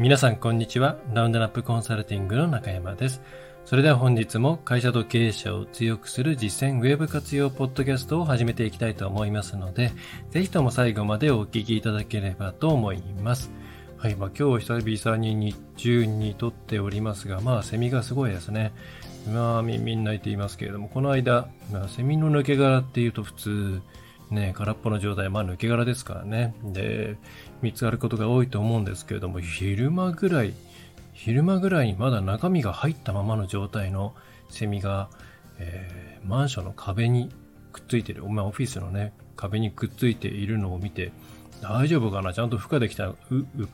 皆さんこんにちは。ラウンドナップコンサルティングの中山です。それでは本日も会社と経営者を強くする実践ウェブ活用ポッドキャストを始めていきたいと思いますので、ぜひとも最後までお聞きいただければと思います。はい、今日久々に日中に撮っておりますが、セミがすごいですね。みんな鳴いていますけれども、この間、セミの抜け殻っていうと普通、ね、空っぽの状態、抜け殻ですからね。で、見つかることが多いと思うんですけれども、昼間ぐらいにまだ中身が入ったままの状態のセミが、マンションの壁にくっついている、オフィスのね、壁にくっついているのを見て、大丈夫かな、ちゃんと孵化できた、孵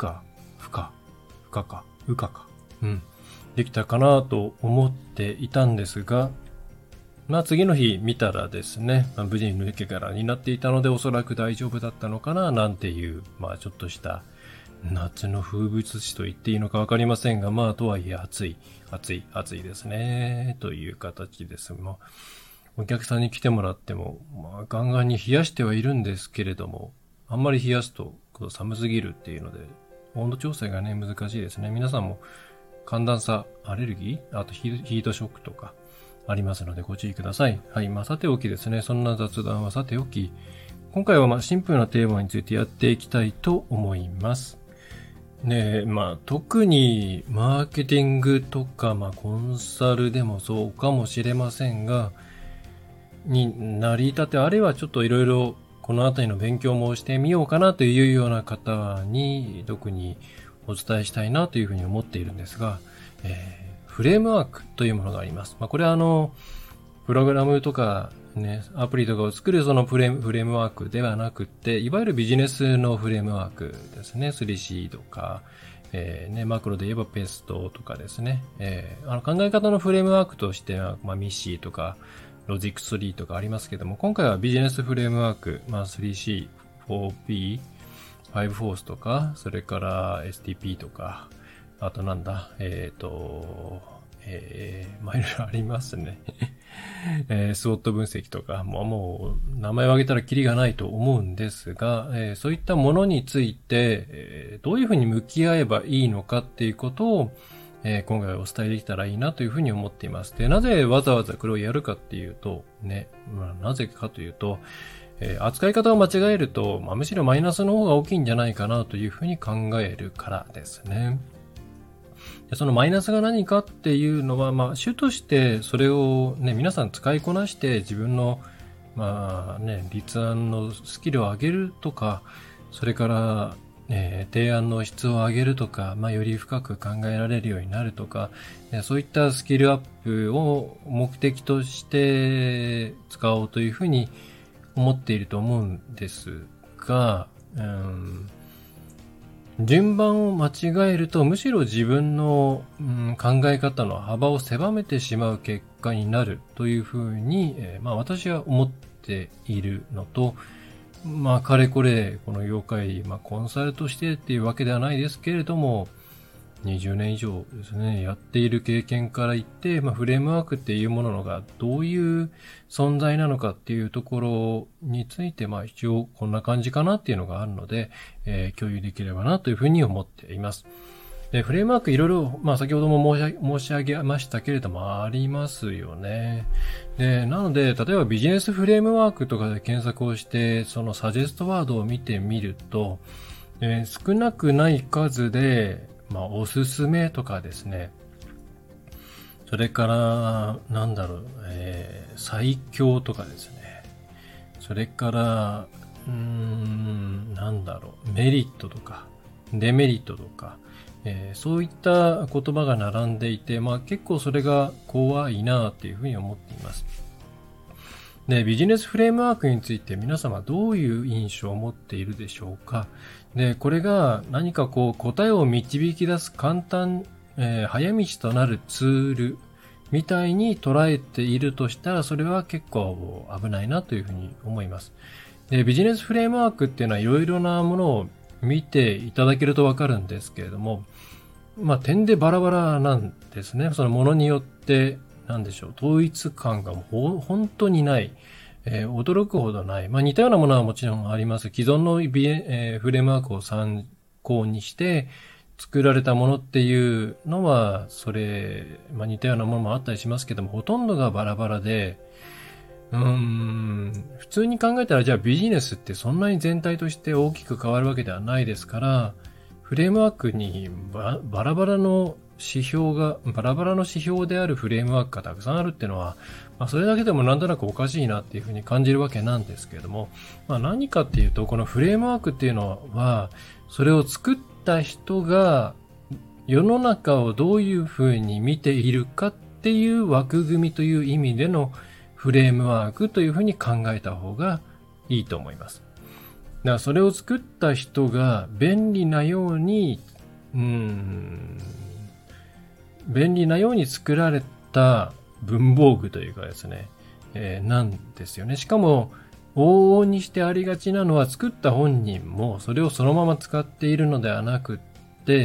化か。できたかなと思っていたんですが、次の日見たらですね、無事に抜け殻になっていたので、おそらく大丈夫だったのかな、なんていう、ちょっとした夏の風物詩と言っていいのかわかりませんが、とはいえ暑いですね、という形です。お客さんに来てもらっても、ガンガンに冷やしてはいるんですけれども、あんまり冷やすと寒すぎるっていうので、温度調整がね、難しいですね。皆さんも寒暖差アレルギー、あとヒートショックとかありますのでご注意ください。はい、さておきですね、そんな雑談はさておき、今回はシンプルなテーマについてやっていきたいと思います。ねえ、特にマーケティングとか、コンサルでもそうかもしれませんが、になり立て、あるいはちょっといろいろこのあたりの勉強もしてみようかなというような方に特にお伝えしたいなというふうに思っているんですが、フレームワークというものがあります。これはプログラムとかね、アプリとかを作るそのフレームワークではなくて、いわゆるビジネスのフレームワークですね。3C とか、マクロで言えばペストとかですね。考え方のフレームワークとしては、ミッシーとか、ロジック3とかありますけども、今回はビジネスフレームワーク、3C、4P、5フォースとか、それから STP とか、あといろいろありますね。スウォット分析とか、もう名前を挙げたらキリがないと思うんですが、そういったものについて、どういうふうに向き合えばいいのかっていうことを、今回お伝えできたらいいなというふうに思っています。で、なぜわざわざこれをやるかっていうと、なぜかというと、扱い方を間違えると、むしろマイナスの方が大きいんじゃないかなというふうに考えるからですね。でそのマイナスが何かっていうのは、主としてそれをね、皆さん使いこなして自分の、立案のスキルを上げるとか、それから、提案の質を上げるとか、より深く考えられるようになるとか、そういったスキルアップを目的として使おうというふうに思っていると思うんですが、順番を間違えるとむしろ自分の、考え方の幅を狭めてしまう結果になるというふうに、私は思っているのと、かれこれこの業界、コンサルとしてっていうわけではないですけれども、20年以上ですね、やっている経験から言って、フレームワークっていうものがどういう存在なのかっていうところについて、一応こんな感じかなっていうのがあるので、共有できればなというふうに思っています。で、フレームワークいろいろ、先ほども申し上げましたけれども、ありますよね。で、なので、例えばビジネスフレームワークとかで検索をして、そのサジェストワードを見てみると、少なくない数で、おすすめとかですね。それから、最強とかですね。それから、メリットとか、デメリットとか、そういった言葉が並んでいて、結構それが怖いなっていうふうに思っています。で、ビジネスフレームワークについて皆様どういう印象を持っているでしょうか。で、これが何か答えを導き出す簡単、早道となるツールみたいに捉えているとしたら、それは結構危ないなというふうに思います。で、ビジネスフレームワークっていうのはいろいろなものを見ていただけるとわかるんですけれども、点でバラバラなんですね。そのものによって、統一感が本当にない。驚くほどない。似たようなものはもちろんあります。既存のフレームワークを参考にして作られたものっていうのは、それ、似たようなものもあったりしますけども、ほとんどがバラバラで、普通に考えたらじゃあビジネスってそんなに全体として大きく変わるわけではないですから、フレームワークにバラバラの指標であるフレームワークがたくさんあるっていうのは、それだけでもなんとなくおかしいなっていうふうに感じるわけなんですけれども、何かっていうと、このフレームワークっていうのは、それを作った人が世の中をどういうふうに見ているかっていう枠組みという意味でのフレームワークというふうに考えた方がいいと思います。だからそれを作った人が便利なように作られた文房具というかですね、なんですよね。しかも往々にしてありがちなのは、作った本人もそれをそのまま使っているのではなくって、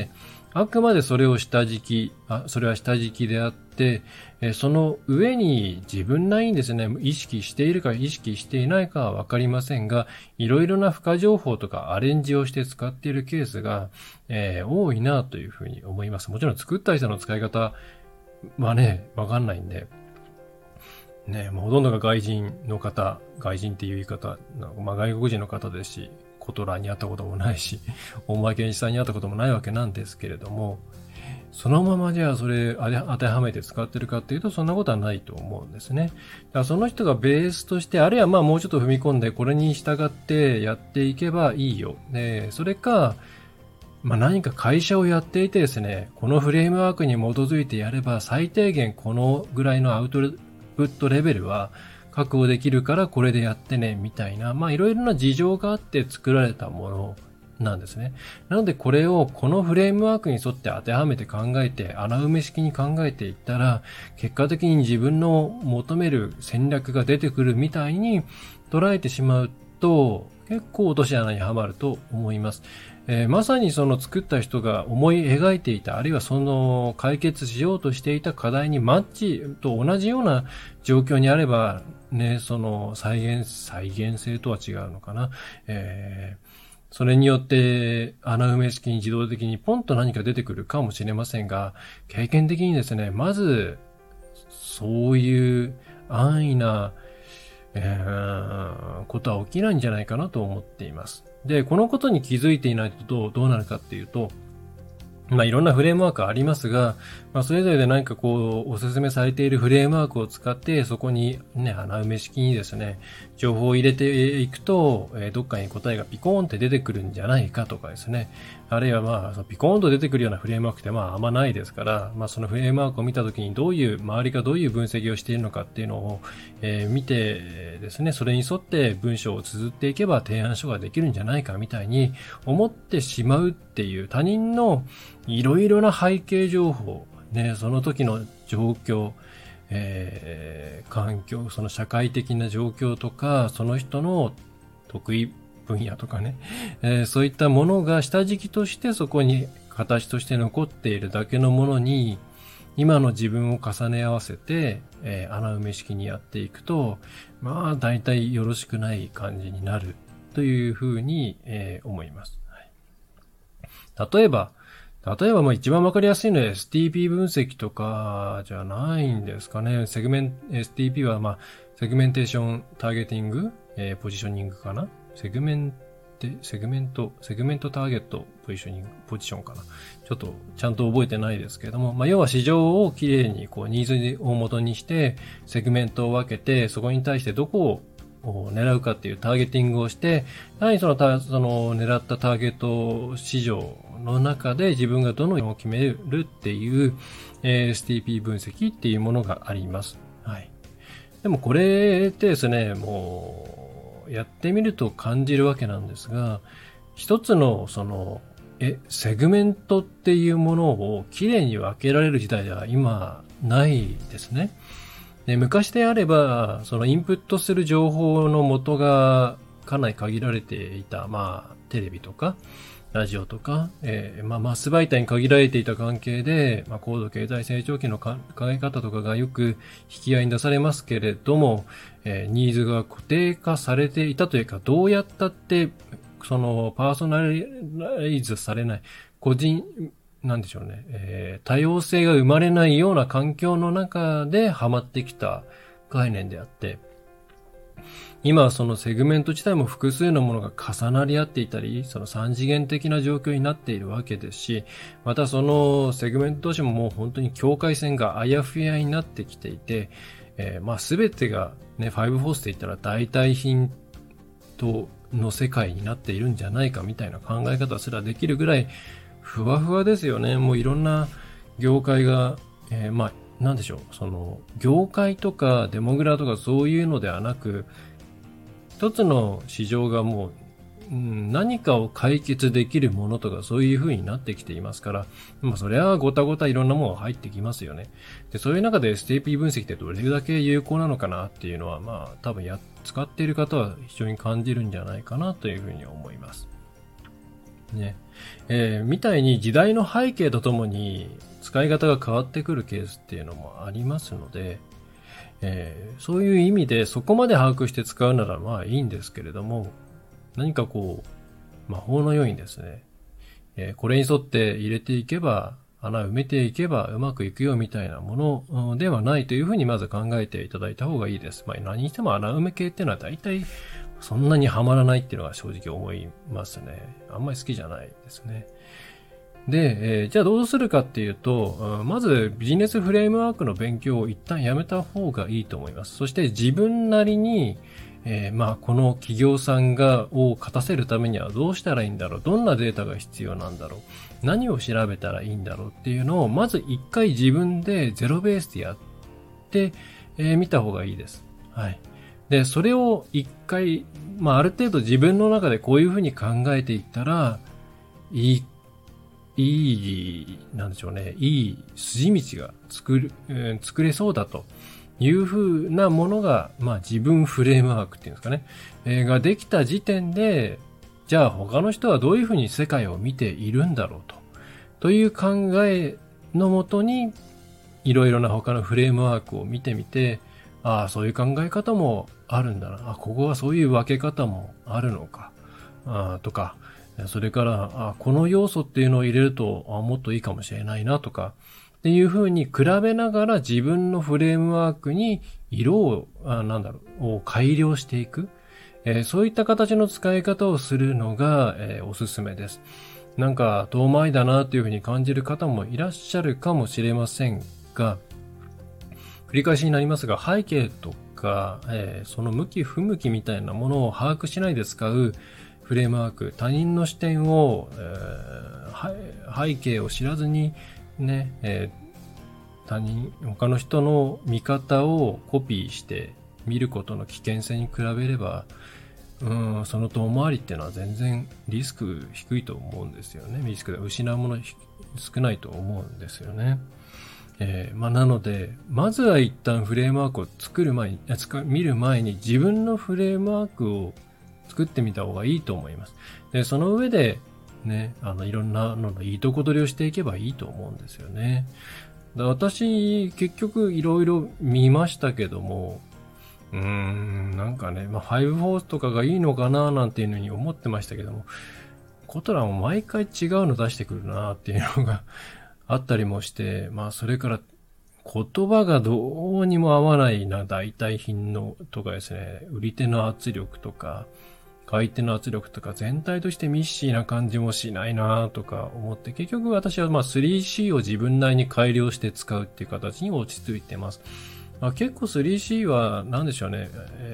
あくまでそれは下敷きであって、その上に自分なりにですね、意識しているか意識していないかはわかりませんが、いろいろな付加情報とかアレンジをして使っているケースが、多いなというふうに思います。もちろん作った人の使い方はね、わかんないんで、もうほとんどが外人っていう言い方、外国人の方ですし、コトラに会ったこともないし、大前健一さんに会ったこともないわけなんですけれども、そのままじゃあそれ当てはめて使ってるかっていうと、そんなことはないと思うんですね。だからその人がベースとして、あるいはもうちょっと踏み込んで、これに従ってやっていけばいいよ。それか、何か会社をやっていてですね、このフレームワークに基づいてやれば、最低限このぐらいのアウトプットレベルは確保できるからこれでやってね、みたいな、いろいろな事情があって作られたものなんですね。なのでこれをこのフレームワークに沿って当てはめて考えて、穴埋め式に考えていったら、結果的に自分の求める戦略が出てくるみたいに捉えてしまうと、結構落とし穴にはまると思います。まさにその作った人が思い描いていた、あるいはその解決しようとしていた課題にマッチと同じような状況にあれば、その再現性とは違うのかな。それによって穴埋め式に自動的にポンと何か出てくるかもしれませんが、経験的にですね、まず、そういう安易な、ことは起きないんじゃないかなと思っています。で、このことに気づいていないとどうなるかっていうと、いろんなフレームワークありますが、それぞれで何かこう、おすすめされているフレームワークを使って、そこに穴埋め式にですね、情報を入れていくと、どっかに答えがピコーンって出てくるんじゃないかとかですね。あるいはピコーンと出てくるようなフレームワークってあんまないですから、そのフレームワークを見たときに周りがどういう分析をしているのかっていうのを、見てですね、それに沿って文章を綴っていけば提案書ができるんじゃないかみたいに思ってしまうっていう他人のいろいろな背景情報、その時の状況、環境、その社会的な状況とか、その人の得意分野とかね、そういったものが下敷きとしてそこに形として残っているだけのものに、今の自分を重ね合わせて、穴埋め式にやっていくと、大体よろしくない感じになるというふうに、思います。はい、例えば一番わかりやすいのは STP 分析とかじゃないんですかね。STP はセグメンテーションターゲティング、ポジショニングかな。セグメントターゲットポジションかな。ちょっとちゃんと覚えてないですけれども、要は市場をきれいにニーズを元にしてセグメントを分けて、そこに対してどこを狙うかっていうターゲティングをして、やはりその狙ったターゲット市場の中で自分がどのように決めるっていう、STP 分析っていうものがあります。はい。でもこれってですね、もうやってみると感じるわけなんですが、一つのセグメントっていうものをきれいに分けられる時代では今ないですね。で、昔であれば、そのインプットする情報の元がかなり限られていた、テレビとか、ラジオとか、マス媒体に限られていた関係で、高度経済成長期の考え方とかがよく引き合いに出されますけれども、ニーズが固定化されていたというか、どうやったって、そのパーソナライズされない、個人なんでしょうね、多様性が生まれないような環境の中でハマってきた概念であって、今はそのセグメント自体も複数のものが重なり合っていたり、その三次元的な状況になっているわけですし、またそのセグメント同士ももう本当に境界線があやふやになってきていて、全てがね、ファイブフォースで言ったら代替品の世界になっているんじゃないかみたいな考え方すらできるぐらいふわふわですよね。もういろんな業界が、なんでしょう、その業界とかデモグラとかそういうのではなく、一つの市場がもう、何かを解決できるものとかそういう風になってきていますから、それはごたごたいろんなものが入ってきますよね。で、そういう中で STP 分析ってどれだけ有効なのかなっていうのは、多分使っている方は非常に感じるんじゃないかなというふうに思います。ね。みたいに時代の背景とともに使い方が変わってくるケースっていうのもありますので、そういう意味でそこまで把握して使うならいいんですけれども、何かこう、魔法のようにですね、これに沿って入れていけば、穴埋めていけばうまくいくよみたいなものではないというふうにまず考えていただいた方がいいです。何にしても穴埋め系っていうのは大体そんなにはまらないっていうのが正直思いますね。あんまり好きじゃないですね。で、じゃあどうするかっていうと、まずビジネスフレームワークの勉強を一旦やめた方がいいと思います。そして自分なりに、この企業さんを勝たせるためにはどうしたらいいんだろう、どんなデータが必要なんだろう、何を調べたらいいんだろうっていうのをまず一回自分でゼロベースでやってみた方がいいです。はい。で、それを一回、ある程度自分の中でこういうふうに考えていったら、なんでしょうね、いい筋道が作れそうだというふうなものが、自分フレームワークっていうんですかね、ができた時点で、じゃあ他の人はどういうふうに世界を見ているんだろうという考えのもとに、いろいろな他のフレームワークを見てみて、そういう考え方もあるんだな。ここはそういう分け方もあるのか。とか、それから、この要素っていうのを入れると、もっといいかもしれないなとか、っていう風に比べながら自分のフレームワークに色を、改良していく。そういった形の使い方をするのが、おすすめです。なんか遠回りだなという風に感じる方もいらっしゃるかもしれませんが、繰り返しになりますが、背景とか、その向き不向きみたいなものを把握しないで使うフレームワーク、他人の視点を、背景を知らずにね、他の人の見方をコピーして見ることの危険性に比べれば、その遠回りっていうのは全然リスク低いと思うんですよね。リスクで失うもの少ないと思うんですよね。なので、まずは一旦フレームワークを見る前に自分のフレームワークを作ってみた方がいいと思います。で、その上で、ね、いろんなののいいとこ取りをしていけばいいと思うんですよね。私、結局いろいろ見ましたけども、なんかね、5フォースとかがいいのかななんていうのに思ってましたけども、コトラも毎回違うの出してくるなっていうのがあったりもして、それから言葉がどうにも合わないな、代替品のとかですね、売り手の圧力とか、買い手の圧力とか、全体としてミッシーな感じもしないなとか思って、結局私は3C を自分なりに改良して使うっていう形に落ち着いてます。結構 3C は何でしょうね、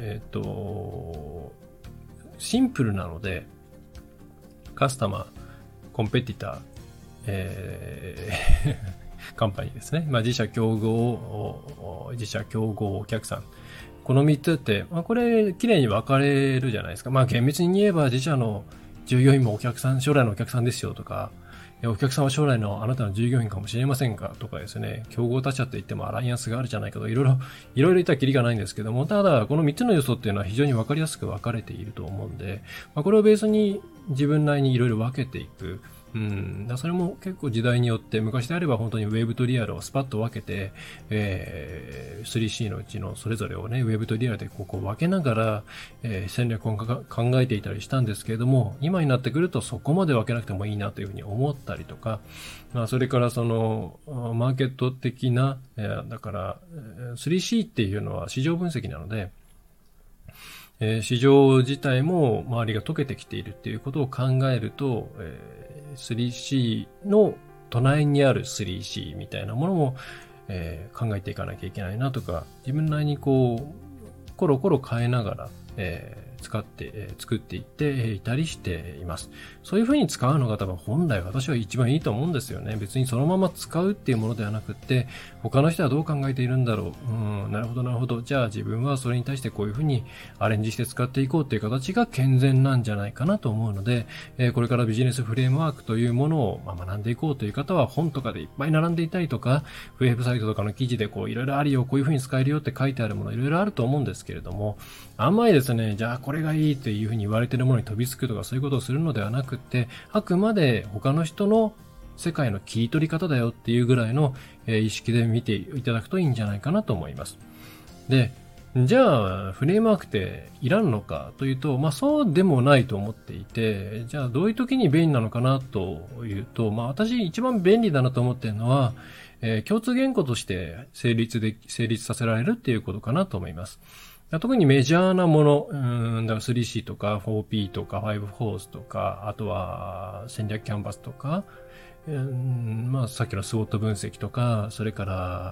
シンプルなので、カスタマー、コンペティター、カンパニーですね。自社競合、お客さん。この3つって、これ、綺麗に分かれるじゃないですか。厳密に言えば自社の従業員も将来のお客さんですよとか、お客さんは将来のあなたの従業員かもしれませんかとかですね、競合他社といってもアライアンスがあるじゃないかと、いろいろ言ったらキリがないんですけども、ただ、この3つの要素っていうのは非常に分かりやすく分かれていると思うんで、これをベースに自分なりにいろいろ分けていく。 それも結構時代によって、昔であれば本当にウェブとリアルをスパッと分けて、3C のうちのそれぞれをね、ウェブとリアルでこう分けながら、戦略を考えていたりしたんですけれども、今になってくるとそこまで分けなくてもいいなというふうに思ったりとか、それからその、マーケット的な、だから、3C っていうのは市場分析なので、市場自体も周りが溶けてきているっていうことを考えると、3C の隣にある 3C みたいなものも、考えていかなきゃいけないなとか、自分なりにこう、コロコロ変えながら、作っていっていたりしています。そういう風に使うのが多分本来私は一番いいと思うんですよね。別にそのまま使うっていうものではなくって、他の人はどう考えているんだろう。なるほどなるほど。じゃあ自分はそれに対してこういう風にアレンジして使っていこうっていう形が健全なんじゃないかなと思うので、これからビジネスフレームワークというものを学んでいこうという方は本とかでいっぱい並んでいたりとか、ウェブサイトとかの記事でこういろいろあるよ、こういう風に使えるよって書いてあるものいろいろあると思うんですけれども、あんまりですね、じゃあこれがいいっていう風に言われているものに飛びつくとかそういうことをするのではなくって、あくまで他の人の世界の切り取り方だよっていうぐらいの意識で見ていただくといいんじゃないかなと思います。で、じゃあフレームワークっていらんのかというと、そうでもないと思っていて、じゃあどういう時に便利なのかなというと、私一番便利だなと思っているのは、共通言語として成立させられるっていうことかなと思います。特にメジャーなもの、だから 3C とか 4P とか5フォースとか、あとは戦略キャンバスとか、さっきのスウォット分析とか、それから、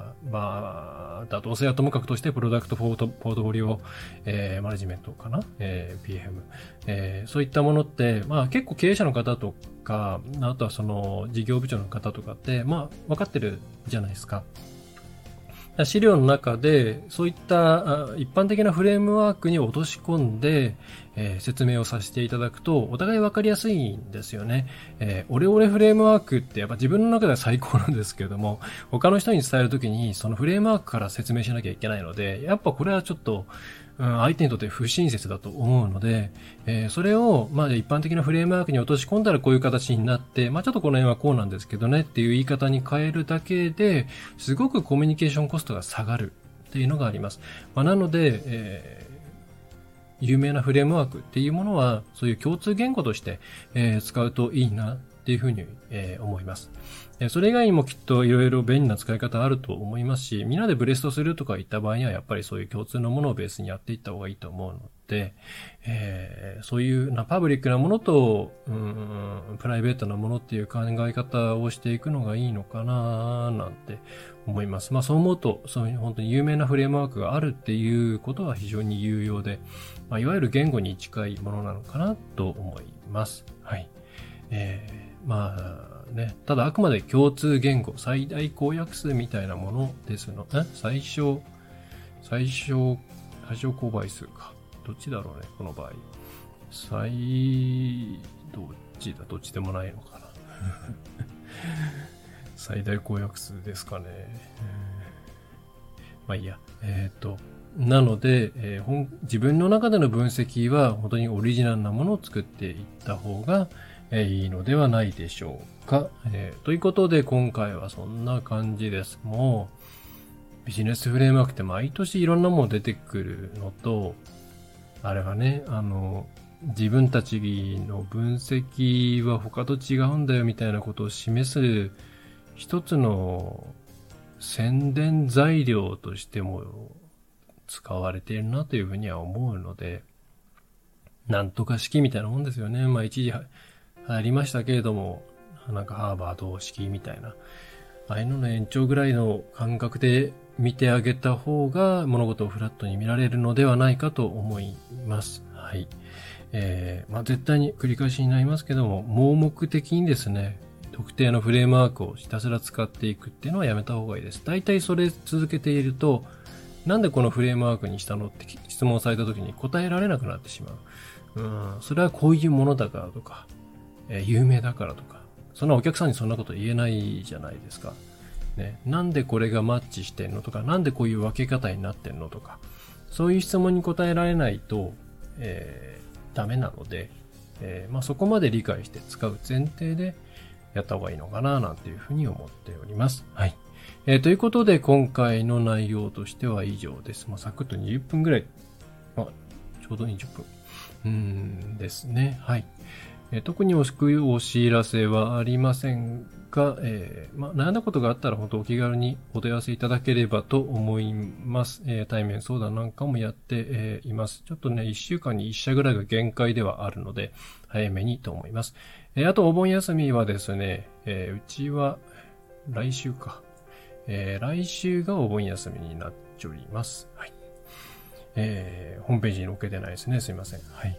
妥当性はともかくとしてプロダクトポートフォリオ、マネジメントかな、PM、そういったものって、結構経営者の方とか、あとはその事業部長の方とかって、分かってるじゃないですか。資料の中でそういった一般的なフレームワークに落とし込んで、説明をさせていただくとお互い分かりやすいんですよね。オレオレフレームワークってやっぱ自分の中では最高なんですけれども、他の人に伝えるときにそのフレームワークから説明しなきゃいけないので、やっぱこれはちょっと相手にとって不親切だと思うので、それを、一般的なフレームワークに落とし込んだらこういう形になって、ちょっとこの辺はこうなんですけどねっていう言い方に変えるだけで、すごくコミュニケーションコストが下がるっていうのがあります。なので、有名なフレームワークっていうものは、そういう共通言語として、使うといいなっていうふうに、思います。それ以外にもきっといろいろ便利な使い方あると思いますし、みんなでブレストするとか言った場合にはやっぱりそういう共通のものをベースにやっていった方がいいと思うので、そういうパブリックなものと、プライベートなものっていう考え方をしていくのがいいのかななんて思います。そう思うと、そういう本当に有名なフレームワークがあるっていうことは非常に有用で、いわゆる言語に近いものなのかなと思います。はい。ただあくまで共通言語、最大公約数みたいなものですの。最小公倍数か。どっちだろうね、この場合。どっちでもないのかな。最大公約数ですかね。いいや。なので、自分の中での分析は本当にオリジナルなものを作っていった方がいいのではないでしょうか。ということで今回はそんな感じです。もうビジネスフレームワークって毎年いろんなもの出てくるのと、あれはね、自分たちの分析は他と違うんだよみたいなことを示す一つの宣伝材料としても使われているなというふうには思うので、なんとか式みたいなもんですよね。一時ありましたけれども、ハーバード式みたいな、ああいうのの延長ぐらいの感覚で見てあげた方が物事をフラットに見られるのではないかと思います。はい。絶対に繰り返しになりますけども、盲目的にですね、特定のフレームワークをひたすら使っていくっていうのはやめた方がいいです。大体それ続けていると、なんでこのフレームワークにしたのって質問された時に答えられなくなってしまう。それはこういうものだからとか、有名だからとか、そんなお客さんにそんなこと言えないじゃないですか。ね、なんでこれがマッチしてんのとか、なんでこういう分け方になってんのとか、そういう質問に答えられないと、ダメなので、そこまで理解して使う前提でやった方がいいのかななんていうふうに思っております。はい。ということで今回の内容としては以上です。サクッと20分ぐらい。ちょうど20分。ですね。はい。特にお知らせはありませんが、悩んだことがあったら本当お気軽にお問い合わせいただければと思います。対面相談なんかもやって、います。ちょっとね、1週間に1社ぐらいが限界ではあるので、早めにと思います。あとお盆休みはですね、うちは来週か。来週がお盆休みになっております。はい。ホームページに載っけてないですね。すいません。はい。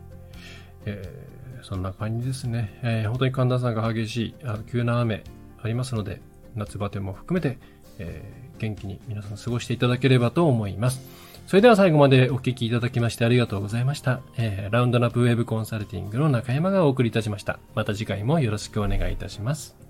そんな感じですね。本当に寒暖差が激しい、急な雨ありますので、夏バテも含めて、元気に皆さん過ごしていただければと思います。それでは最後までお聞きいただきましてありがとうございました。ラウンドナップウェブコンサルティングの中山がお送りいたしました。また次回もよろしくお願いいたします。